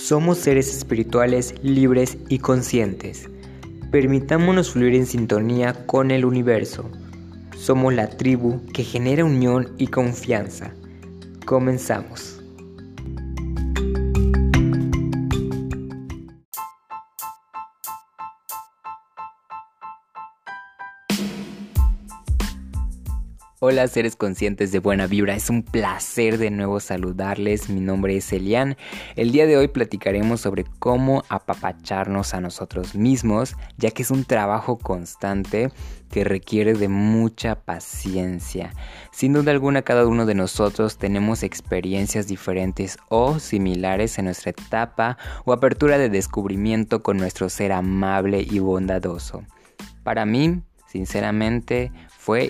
Somos seres espirituales libres y conscientes. Permitámonos fluir en sintonía con el universo. Somos la tribu que genera unión y confianza. Comenzamos. Hola seres conscientes de buena vibra, es un placer de nuevo saludarles, mi nombre es Elian. El día de hoy platicaremos sobre cómo apapacharnos a nosotros mismos, ya que es un trabajo constante que requiere de mucha paciencia. Sin duda alguna, cada uno de nosotros tenemos experiencias diferentes o similares en nuestra etapa o apertura de descubrimiento con nuestro ser amable y bondadoso. Para mí, sinceramente, fue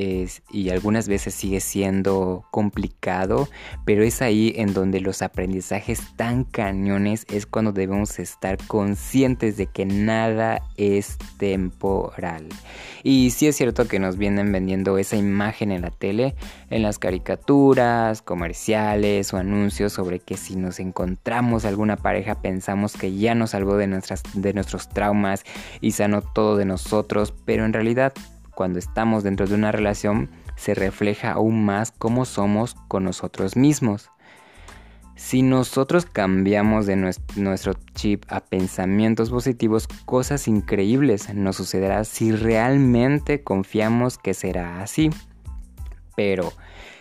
y algunas veces sigue siendo complicado, pero es ahí en donde los aprendizajes tan cañones es cuando debemos estar conscientes de que nada es temporal. Y sí es cierto que nos vienen vendiendo esa imagen en la tele, en las caricaturas, comerciales o anuncios sobre que si nos encontramos alguna pareja pensamos que ya nos salvó de nuestros traumas y sanó todo de nosotros, pero en realidad cuando estamos dentro de una relación se refleja aún más cómo somos con nosotros mismos. Si nosotros cambiamos de nuestro chip a pensamientos positivos, cosas increíbles nos sucederán si realmente confiamos que será así. Pero,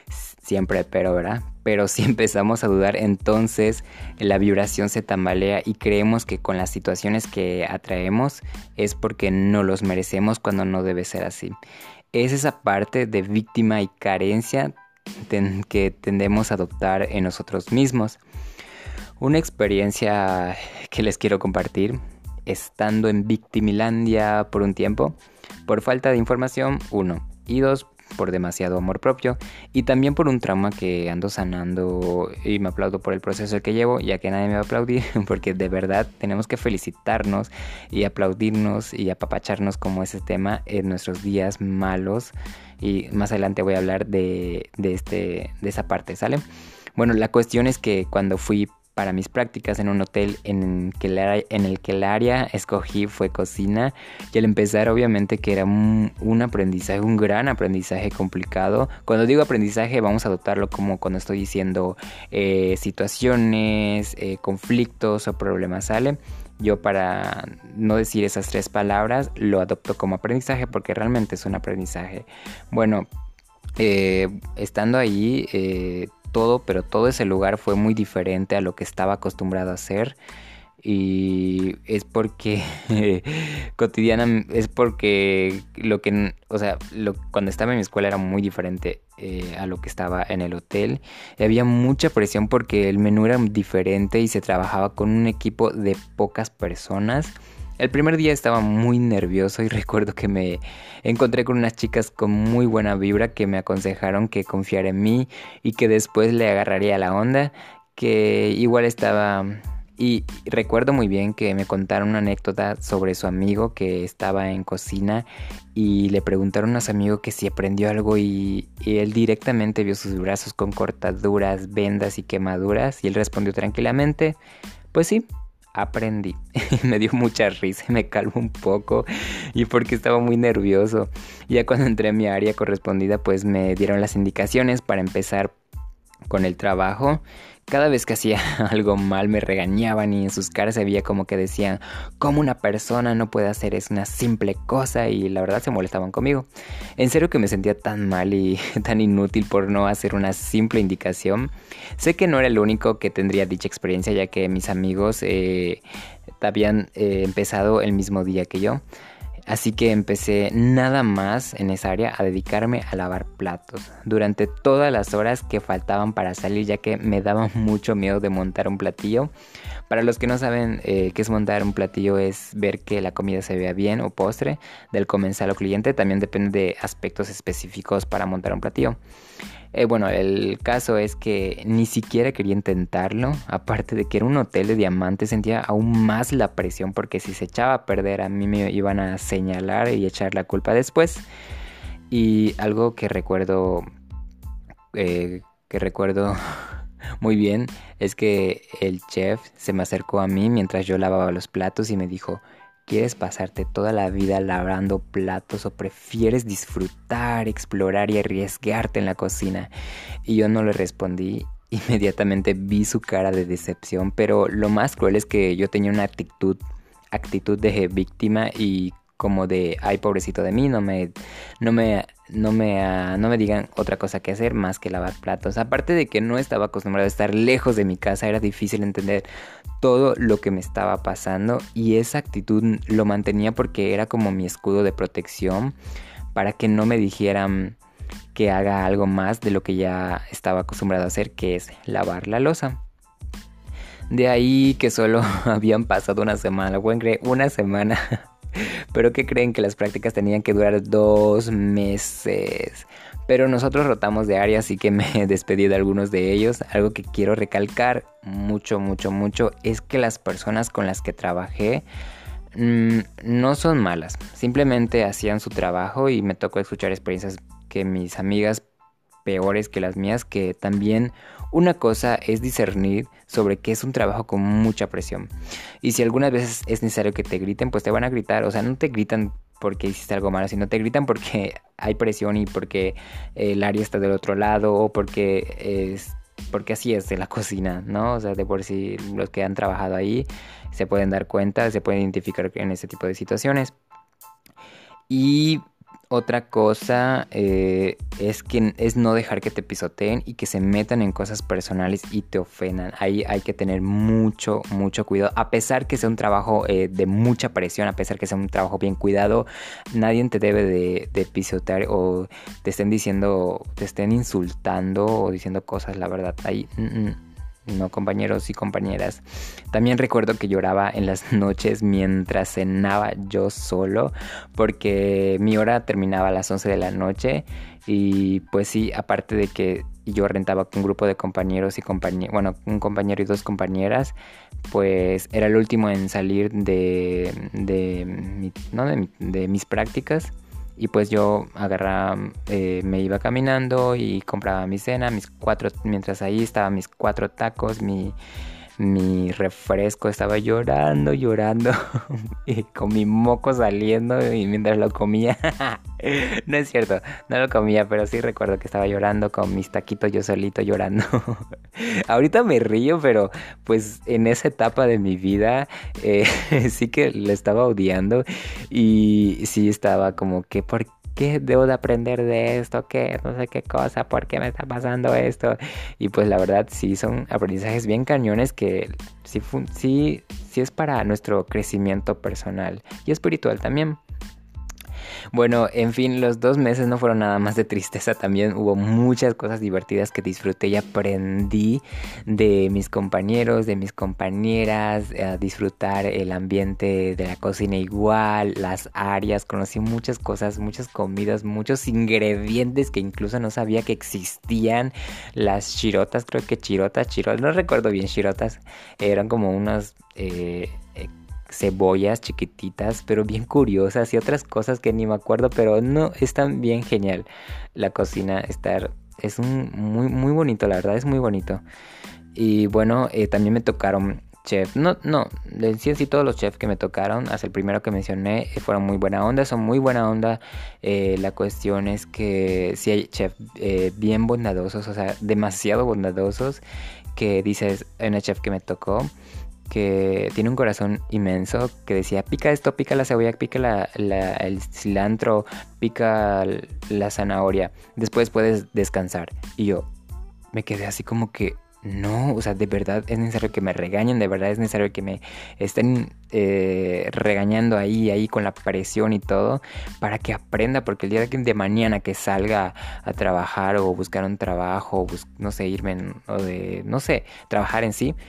¿verdad? Pero si empezamos a dudar, entonces la vibración se tambalea y creemos que con las situaciones que atraemos es porque no los merecemos cuando no debe ser así. Es esa parte de víctima y carencia que tendemos a adoptar en nosotros mismos. Una experiencia que les quiero compartir, estando en Victimilandia por un tiempo, por falta de información, 1, y 2, por demasiado amor propio y también por un trauma que ando sanando, y me aplaudo por el proceso que llevo, ya que nadie me va a aplaudir porque de verdad tenemos que felicitarnos y aplaudirnos y apapacharnos como ese tema en nuestros días malos, y más adelante voy a hablar de esa parte, ¿sale? Bueno, la cuestión es que cuando fui para mis prácticas en un hotel en el que el área escogí fue cocina, y al empezar obviamente que era un aprendizaje, un gran aprendizaje complicado. Cuando digo aprendizaje vamos a adoptarlo como cuando estoy diciendo situaciones, conflictos o problemas, ¿sale? Yo, para no decir esas 3 palabras, lo adopto como aprendizaje porque realmente es un aprendizaje. Bueno, estando ahí, todo ese lugar fue muy diferente a lo que estaba acostumbrado a hacer, y es porque cuando estaba en mi escuela era muy diferente a lo que estaba en el hotel. Había mucha presión porque el menú era diferente y se trabajaba con un equipo de pocas personas. El primer día estaba muy nervioso y recuerdo que me encontré con unas chicas con muy buena vibra que me aconsejaron que confiara en mí y que después le agarraría la onda, que igual estaba... Y recuerdo muy bien que me contaron una anécdota sobre su amigo que estaba en cocina y le preguntaron a su amigo que si aprendió algo, y él directamente vio sus brazos con cortaduras, vendas y quemaduras, y él respondió tranquilamente, pues sí, aprendí. Me dio mucha risa y me calmó un poco, y porque estaba muy nervioso. Ya cuando entré a mi área correspondida, pues me dieron las indicaciones para empezar con el trabajo. Cada vez que hacía algo mal me regañaban y en sus caras se veía como que decían cómo una persona no puede hacer es una simple cosa, y la verdad se molestaban conmigo. En serio que me sentía tan mal y tan inútil por no hacer una simple indicación. Sé que no era el único que tendría dicha experiencia, ya que mis amigos habían empezado el mismo día que yo. Así que empecé nada más en esa área a dedicarme a lavar platos durante todas las horas que faltaban para salir, ya que me daba mucho miedo de montar un platillo. Para los que no saben qué es montar un platillo, es ver que la comida se vea bien, o postre, del comensal o cliente. También depende de aspectos específicos para montar un platillo. Bueno, el caso es que ni siquiera quería intentarlo. Aparte de que era un hotel de diamantes, sentía aún más la presión porque si se echaba a perder a mí me iban a señalar y echar la culpa después. Y algo que recuerdo Muy bien, es que el chef se me acercó a mí mientras yo lavaba los platos y me dijo, ¿quieres pasarte toda la vida lavando platos o prefieres disfrutar, explorar y arriesgarte en la cocina? Y yo no le respondí. Inmediatamente vi su cara de decepción, pero lo más cruel es que yo tenía una actitud de víctima y como de, ay, pobrecito de mí, no me digan otra cosa que hacer más que lavar platos. Aparte de que no estaba acostumbrado a estar lejos de mi casa, era difícil entender todo lo que me estaba pasando y esa actitud lo mantenía porque era como mi escudo de protección para que no me dijeran que haga algo más de lo que ya estaba acostumbrado a hacer, que es lavar la loza. De ahí que solo habían pasado una semana, ¿lo pueden creer? Una semana. Pero ¿qué creen? Que las prácticas tenían que durar 2 meses. Pero nosotros rotamos de área, así que me despedí de algunos de ellos. Algo que quiero recalcar mucho, mucho, mucho es que las personas con las que trabajé no son malas. Simplemente hacían su trabajo y me tocó escuchar experiencias que mis amigas peores que las mías, que también una cosa es discernir sobre qué es un trabajo con mucha presión. Y si algunas veces es necesario que te griten, pues te van a gritar. O sea, no te gritan porque hiciste algo malo, sino te gritan porque hay presión y porque el área está del otro lado o porque así es de la cocina, ¿no? O sea, de por sí los que han trabajado ahí se pueden dar cuenta, se pueden identificar en ese tipo de situaciones. Y otra cosa es no dejar que te pisoteen y que se metan en cosas personales y te ofendan. Ahí hay que tener mucho, mucho cuidado. A pesar que sea un trabajo de mucha presión, a pesar que sea un trabajo bien cuidado, nadie te debe de pisotear o te estén diciendo, te estén insultando o diciendo cosas, la verdad. Ahí no, compañeros y compañeras. También recuerdo que lloraba en las noches mientras cenaba yo solo, porque mi hora terminaba a las 11 de la noche y pues sí, aparte de que yo rentaba con un grupo de compañeros y bueno, un compañero y dos compañeras, pues era el último en salir de mis prácticas. Y pues yo me iba caminando y compraba mi cena, mientras ahí estaba mis 4 tacos, mi refresco, estaba llorando, y con mi moco saliendo y mientras lo comía. No es cierto, no lo comía, pero sí recuerdo que estaba llorando con mis taquitos yo solito llorando. Ahorita me río, pero pues en esa etapa de mi vida sí que lo estaba odiando y sí estaba como que, ¿por qué debo de aprender de esto? ¿Qué? No sé qué cosa, ¿por qué me está pasando esto? Y pues la verdad sí son aprendizajes bien cañones que sí es para nuestro crecimiento personal y espiritual también. Bueno, en fin, los 2 meses no fueron nada más de tristeza, también hubo muchas cosas divertidas que disfruté y aprendí de mis compañeros, de mis compañeras, a disfrutar el ambiente de la cocina igual, las áreas, conocí muchas cosas, muchas comidas, muchos ingredientes que incluso no sabía que existían, las chirotas, creo que chirotas, no recuerdo bien, chirotas, eran como unas cebollas chiquititas, pero bien curiosas y otras cosas que ni me acuerdo, pero no, están bien genial. La cocina es muy, muy bonito, la verdad, es muy bonito. Y bueno, también me tocaron chef. No, en sí todos los chefs que me tocaron, hasta el primero que mencioné, fueron muy buena onda, son muy buena onda. La cuestión es que sí hay chefs bien bondadosos, o sea, demasiado bondadosos, que dices, hay una chef que me tocó que tiene un corazón inmenso, que decía, pica esto, pica la cebolla, pica el cilantro, pica la zanahoria, después puedes descansar. Y yo me quedé así como que, no, o sea, de verdad es necesario que me regañen, de verdad es necesario que me estén regañando ahí con la presión y todo, para que aprenda, porque el día de mañana que salga a trabajar o buscar un trabajo, no sé, no sé, trabajar en sí,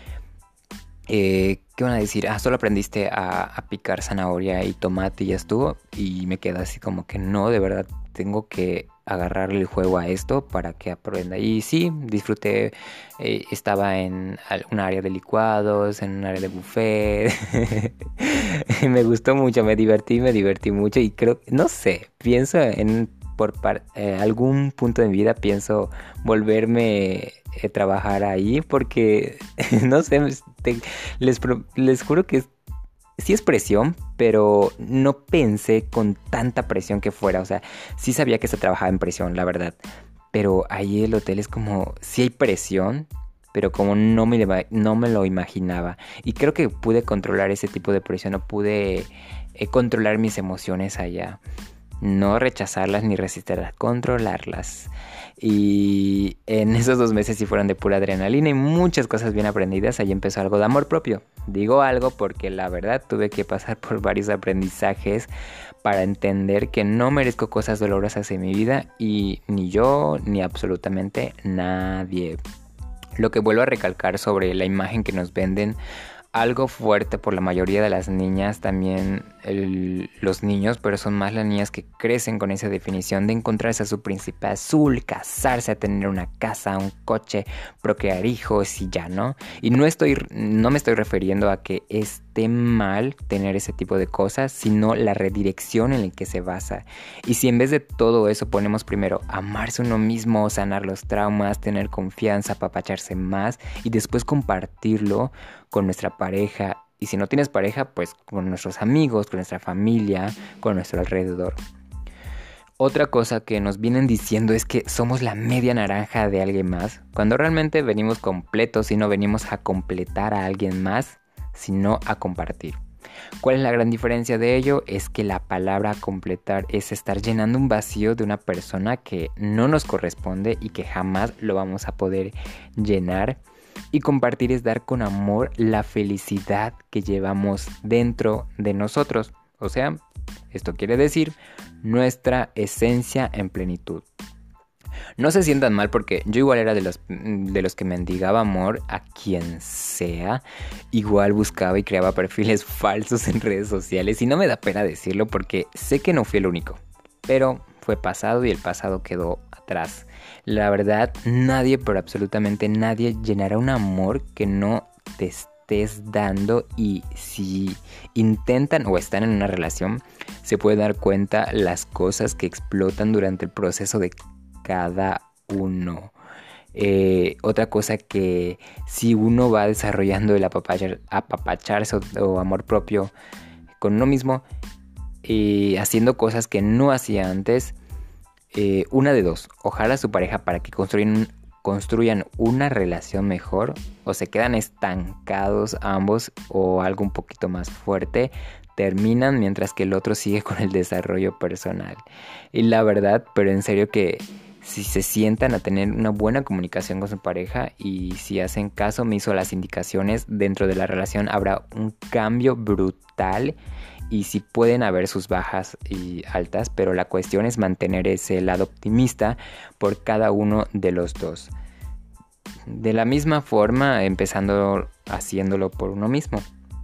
¿qué van a decir? Solo aprendiste a picar zanahoria y tomate y ya estuvo. Y me queda así como que no, de verdad tengo que agarrarle el juego a esto para que aprenda. Y sí, disfruté, estaba en un área de licuados, en un área de buffet. Me gustó mucho, me divertí mucho y creo, no sé, pienso algún punto de mi vida pienso volverme trabajar ahí porque, no sé, les juro que sí es presión, pero no pensé con tanta presión que fuera. O sea, sí sabía que se trabajaba en presión, la verdad. Pero ahí el hotel es como, sí hay presión, pero como no me lo imaginaba. Y creo que pude controlar ese tipo de presión, no pude controlar mis emociones allá. No rechazarlas ni resistirlas, controlarlas. Y en esos 2 meses sí fueron de pura adrenalina y muchas cosas bien aprendidas. Ahí empezó algo de amor propio. Digo algo porque la verdad tuve que pasar por varios aprendizajes para entender que no merezco cosas dolorosas en mi vida y ni yo ni absolutamente nadie. Lo que vuelvo a recalcar sobre la imagen que nos venden, algo fuerte por la mayoría de las niñas, también los niños, pero son más las niñas que crecen con esa definición de encontrarse a su príncipe azul, casarse, tener una casa, un coche, procrear hijos y ya, ¿no? Y no me estoy refiriendo a que esté mal tener ese tipo de cosas, sino la redirección en la que se basa. Y si en vez de todo eso ponemos primero amarse uno mismo, sanar los traumas, tener confianza, apapacharse más y después compartirlo con nuestra pareja, y si no tienes pareja, pues con nuestros amigos, con nuestra familia, con nuestro alrededor. Otra cosa que nos vienen diciendo es que somos la media naranja de alguien más, cuando realmente venimos completos y no venimos a completar a alguien más, sino a compartir. ¿Cuál es la gran diferencia de ello? Es que la palabra completar es estar llenando un vacío de una persona que no nos corresponde y que jamás lo vamos a poder llenar. Y compartir es dar con amor la felicidad que llevamos dentro de nosotros. O sea, esto quiere decir nuestra esencia en plenitud. No se sientan mal porque yo igual era de los que mendigaba amor a quien sea. Igual buscaba y creaba perfiles falsos en redes sociales y no me da pena decirlo porque sé que no fui el único. Pero fue pasado y el pasado quedó atrás. La verdad, nadie, pero absolutamente nadie llenará un amor que no te estés dando, y si intentan o están en una relación, se puede dar cuenta las cosas que explotan durante el proceso de cada uno. Otra cosa que si uno va desarrollando el apapacharse o amor propio con uno mismo, haciendo cosas que no hacía antes, una de dos: ojalá su pareja para que construyan una relación mejor, o se quedan estancados ambos, o algo un poquito más fuerte, terminan mientras que el otro sigue con el desarrollo personal. Y la verdad, pero en serio, que si se sientan a tener una buena comunicación con su pareja y si hacen caso omiso a las indicaciones dentro de la relación, habrá un cambio brutal. Y sí pueden haber sus bajas y altas, pero la cuestión es mantener ese lado optimista por cada uno de los dos. De la misma forma, empezando haciéndolo por uno mismo.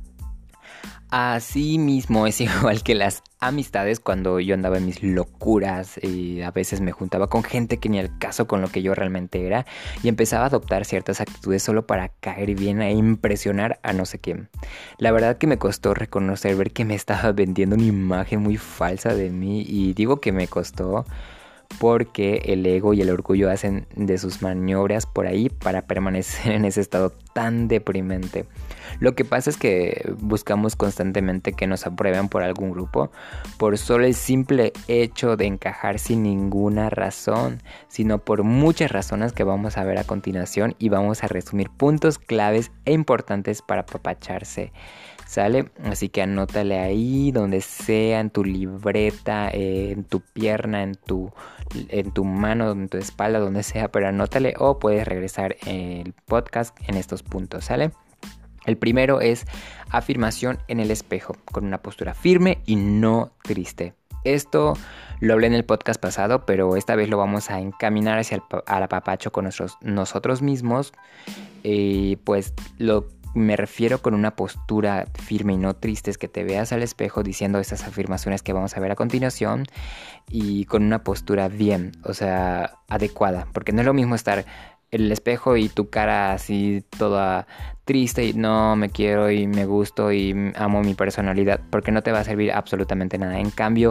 Así mismo es igual que las amistades. Cuando yo andaba en mis locuras y a veces me juntaba con gente que ni al caso con lo que yo realmente era, y empezaba a adoptar ciertas actitudes solo para caer bien e impresionar a no sé quién. La verdad que me costó ver que me estaba vendiendo una imagen muy falsa de mí, y digo que me costó porque el ego y el orgullo hacen de sus maniobras por ahí para permanecer en ese estado tan deprimente. Lo que pasa es que buscamos constantemente que nos aprueben por algún grupo, por solo el simple hecho de encajar sin ninguna razón, sino por muchas razones que vamos a ver a continuación, y vamos a resumir puntos claves e importantes para apapacharse. ¿Sale? Así que anótale ahí donde sea, en tu libreta, en tu pierna, en tu mano, en tu espalda, donde sea, pero anótale, o puedes regresar el podcast en estos puntos, ¿sale? El primero es afirmación en el espejo, con una postura firme y no triste. Esto lo hablé en el podcast pasado, pero esta vez lo vamos a encaminar hacia al apapacho con nosotros mismos. Pues me refiero con una postura firme y no triste, es que te veas al espejo diciendo estas afirmaciones que vamos a ver a continuación, y con una postura bien, o sea, adecuada, porque no es lo mismo estar en el espejo y tu cara así toda triste y no me quiero y me gusto y amo mi personalidad, porque no te va a servir absolutamente nada. En cambio,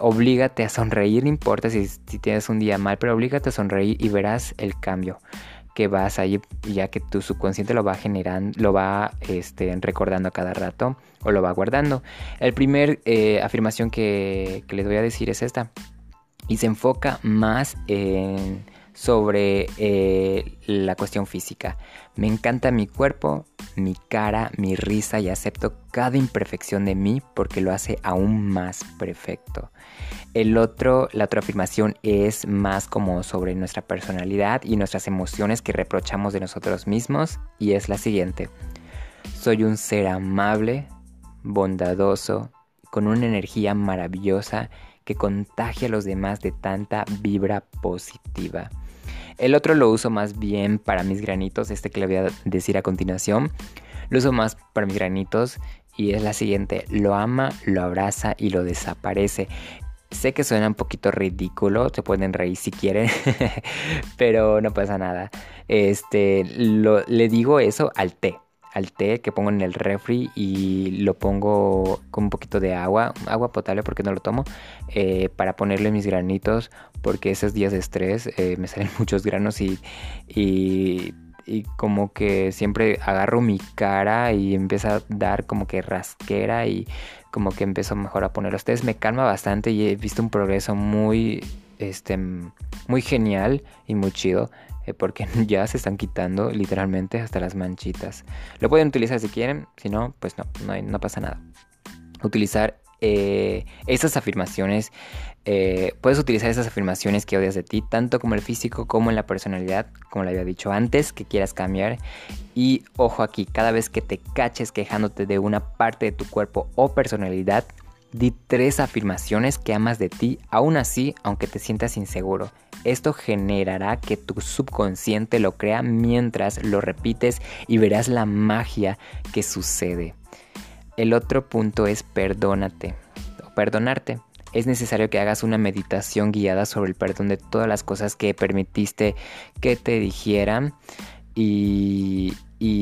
oblígate a sonreír, no importa si tienes un día mal, pero oblígate a sonreír y verás el cambio. que vas ahí, ya que tu subconsciente lo va generando, lo va recordando a cada rato o lo va guardando. El primer afirmación que les voy a decir es esta, y se enfoca más sobre la cuestión física. Me encanta mi cuerpo, mi cara, mi risa, y acepto cada imperfección de mí porque lo hace aún más perfecto. La otra afirmación es más como sobre nuestra personalidad y nuestras emociones que reprochamos de nosotros mismos, y es la siguiente: soy un ser amable, bondadoso, con una energía maravillosa que contagia a los demás de tanta vibra positiva. El otro lo uso más bien para mis granitos, que le voy a decir a continuación. Lo uso más para mis granitos y es la siguiente: lo ama, lo abraza y lo desaparece. Sé que suena un poquito ridículo, se pueden reír si quieren, pero no pasa nada. Le digo eso al té que pongo en el refri, y lo pongo con un poquito de agua potable porque no lo tomo, para ponerle mis granitos, porque esos días de estrés me salen muchos granos y como que siempre agarro mi cara y empieza a dar como que rasquera, y como que empiezo mejor a poner los tés. Me calma bastante y he visto un progreso muy genial y muy chido, porque ya se están quitando literalmente hasta las manchitas. Lo pueden utilizar si quieren, si no, pues no pasa nada. Utilizar esas afirmaciones, puedes utilizar esas afirmaciones que odias de ti, tanto como el físico como en la personalidad, como le había dicho antes, que quieras cambiar. Y ojo aquí, cada vez que te caches quejándote de una parte de tu cuerpo o personalidad, di 3 afirmaciones que amas de ti, aún así, aunque te sientas inseguro. Esto generará que tu subconsciente lo crea mientras lo repites, y verás la magia que sucede. El otro punto es perdónate o perdonarte. Es necesario que hagas una meditación guiada sobre el perdón de todas las cosas que permitiste que te dijeran. Y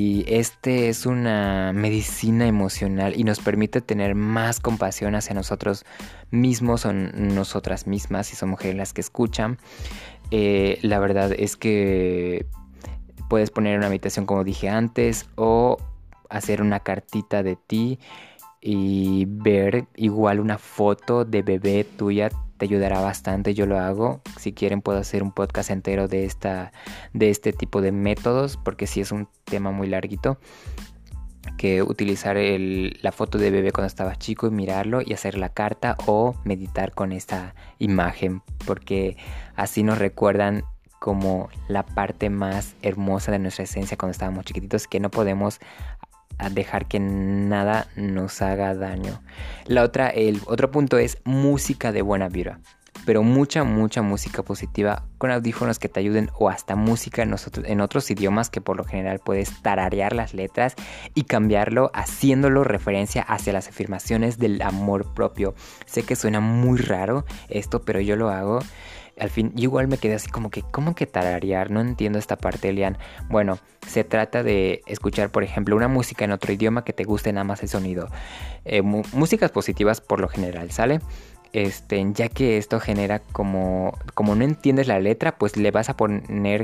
es una medicina emocional y nos permite tener más compasión hacia nosotros mismos o nosotras mismas, si son mujeres las que escuchan. La verdad es que puedes poner una meditación como dije antes, o hacer una cartita de ti y ver igual una foto de bebé tuya. Te ayudará bastante, yo lo hago. Si quieren puedo hacer un podcast entero de este tipo de métodos, porque sí es un tema muy larguito. Que utilizar la foto de bebé cuando estaba chico y mirarlo y hacer la carta, o meditar con esta imagen, porque así nos recuerdan como la parte más hermosa de nuestra esencia cuando estábamos chiquititos, que no podemos dejar que nada nos haga daño. El otro punto es música de buena vibra, pero mucha música positiva, con audífonos que te ayuden, o hasta música en otros idiomas, que por lo general puedes tararear las letras y cambiarlo haciéndolo referencia hacia las afirmaciones del amor propio. Sé que suena muy raro esto, pero yo lo hago. Al fin, yo igual me quedé así como que, ¿cómo que tararear? No entiendo esta parte, Elian. Bueno, se trata de escuchar, por ejemplo, una música en otro idioma que te guste nada más el sonido. Músicas positivas por lo general, ¿sale? Ya que esto genera como no entiendes la letra, pues le vas a poner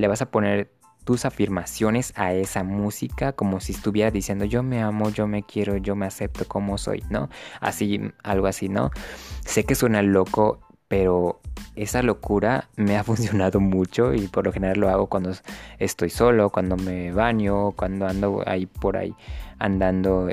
tus afirmaciones a esa música, como si estuviera diciendo yo me amo, yo me quiero, yo me acepto como soy, ¿no? Así, algo así, ¿no? Sé que suena loco, pero esa locura me ha funcionado mucho, y por lo general lo hago cuando estoy solo, cuando me baño, cuando ando ahí por ahí andando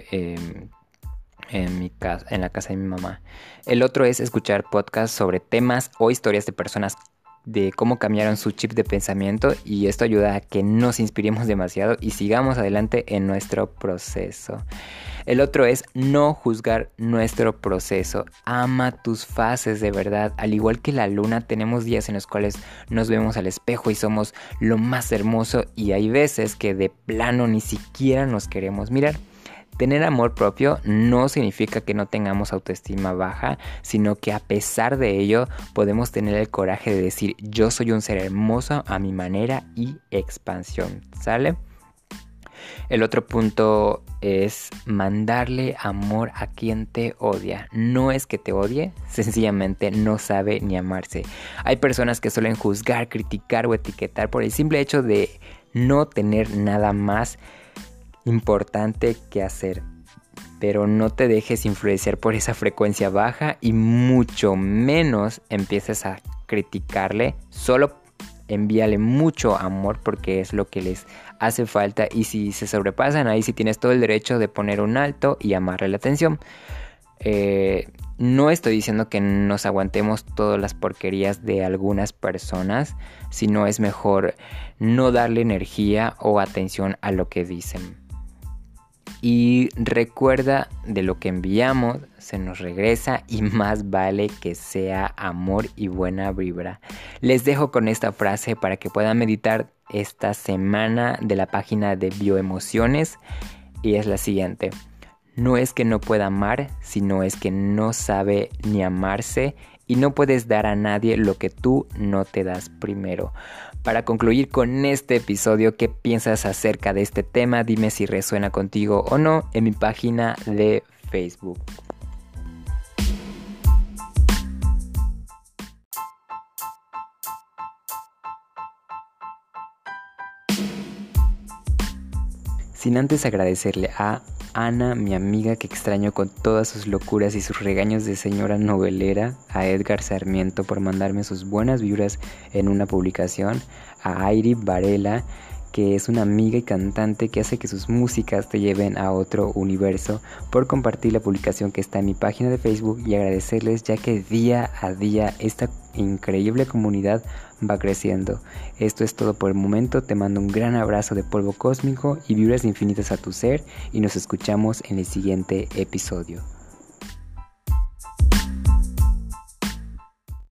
en mi casa, en la casa de mi mamá. El otro es escuchar podcasts sobre temas o historias de personas, de cómo cambiaron su chip de pensamiento, y esto ayuda a que nos inspiremos demasiado y sigamos adelante en nuestro proceso. El otro es no juzgar nuestro proceso. Ama tus fases de verdad. Al igual que la luna, tenemos días en los cuales nos vemos al espejo y somos lo más hermoso, y hay veces que de plano ni siquiera nos queremos mirar. Tener amor propio no significa que no tengamos autoestima baja, sino que a pesar de ello podemos tener el coraje de decir yo soy un ser hermoso a mi manera y expansión, ¿sale? El otro punto es mandarle amor a quien te odia. No es que te odie, sencillamente no sabe ni amarse. Hay personas que suelen juzgar, criticar o etiquetar por el simple hecho de no tener nada más importante que hacer. Pero no te dejes influenciar por esa frecuencia baja y mucho menos empieces a criticarle. Solo envíale mucho amor porque es lo que les hace falta, y si se sobrepasan, ahí sí tienes todo el derecho de poner un alto y llamarle la atención. No estoy diciendo que nos aguantemos todas las porquerías de algunas personas, sino es mejor no darle energía o atención a lo que dicen. Y recuerda, de lo que enviamos se nos regresa, y más vale que sea amor y buena vibra. Les dejo con esta frase para que puedan meditar esta semana de la página de Bioemociones, y es la siguiente: no es que no pueda amar, sino es que no sabe ni amarse, y no puedes dar a nadie lo que tú no te das primero. Para concluir con este episodio, ¿qué piensas acerca de este tema? Dime si resuena contigo o no en mi página de Facebook. Sin antes agradecerle a Ana, mi amiga que extraño con todas sus locuras y sus regaños de señora novelera, a Edgar Sarmiento por mandarme sus buenas vibras en una publicación, a Airi Varela, que es una amiga y cantante que hace que sus músicas te lleven a otro universo, por compartir la publicación que está en mi página de Facebook, y agradecerles ya que día a día esta increíble comunidad va creciendo. Esto es todo por el momento. Te mando un gran abrazo de polvo cósmico y vibras infinitas a tu ser, y nos escuchamos en el siguiente episodio.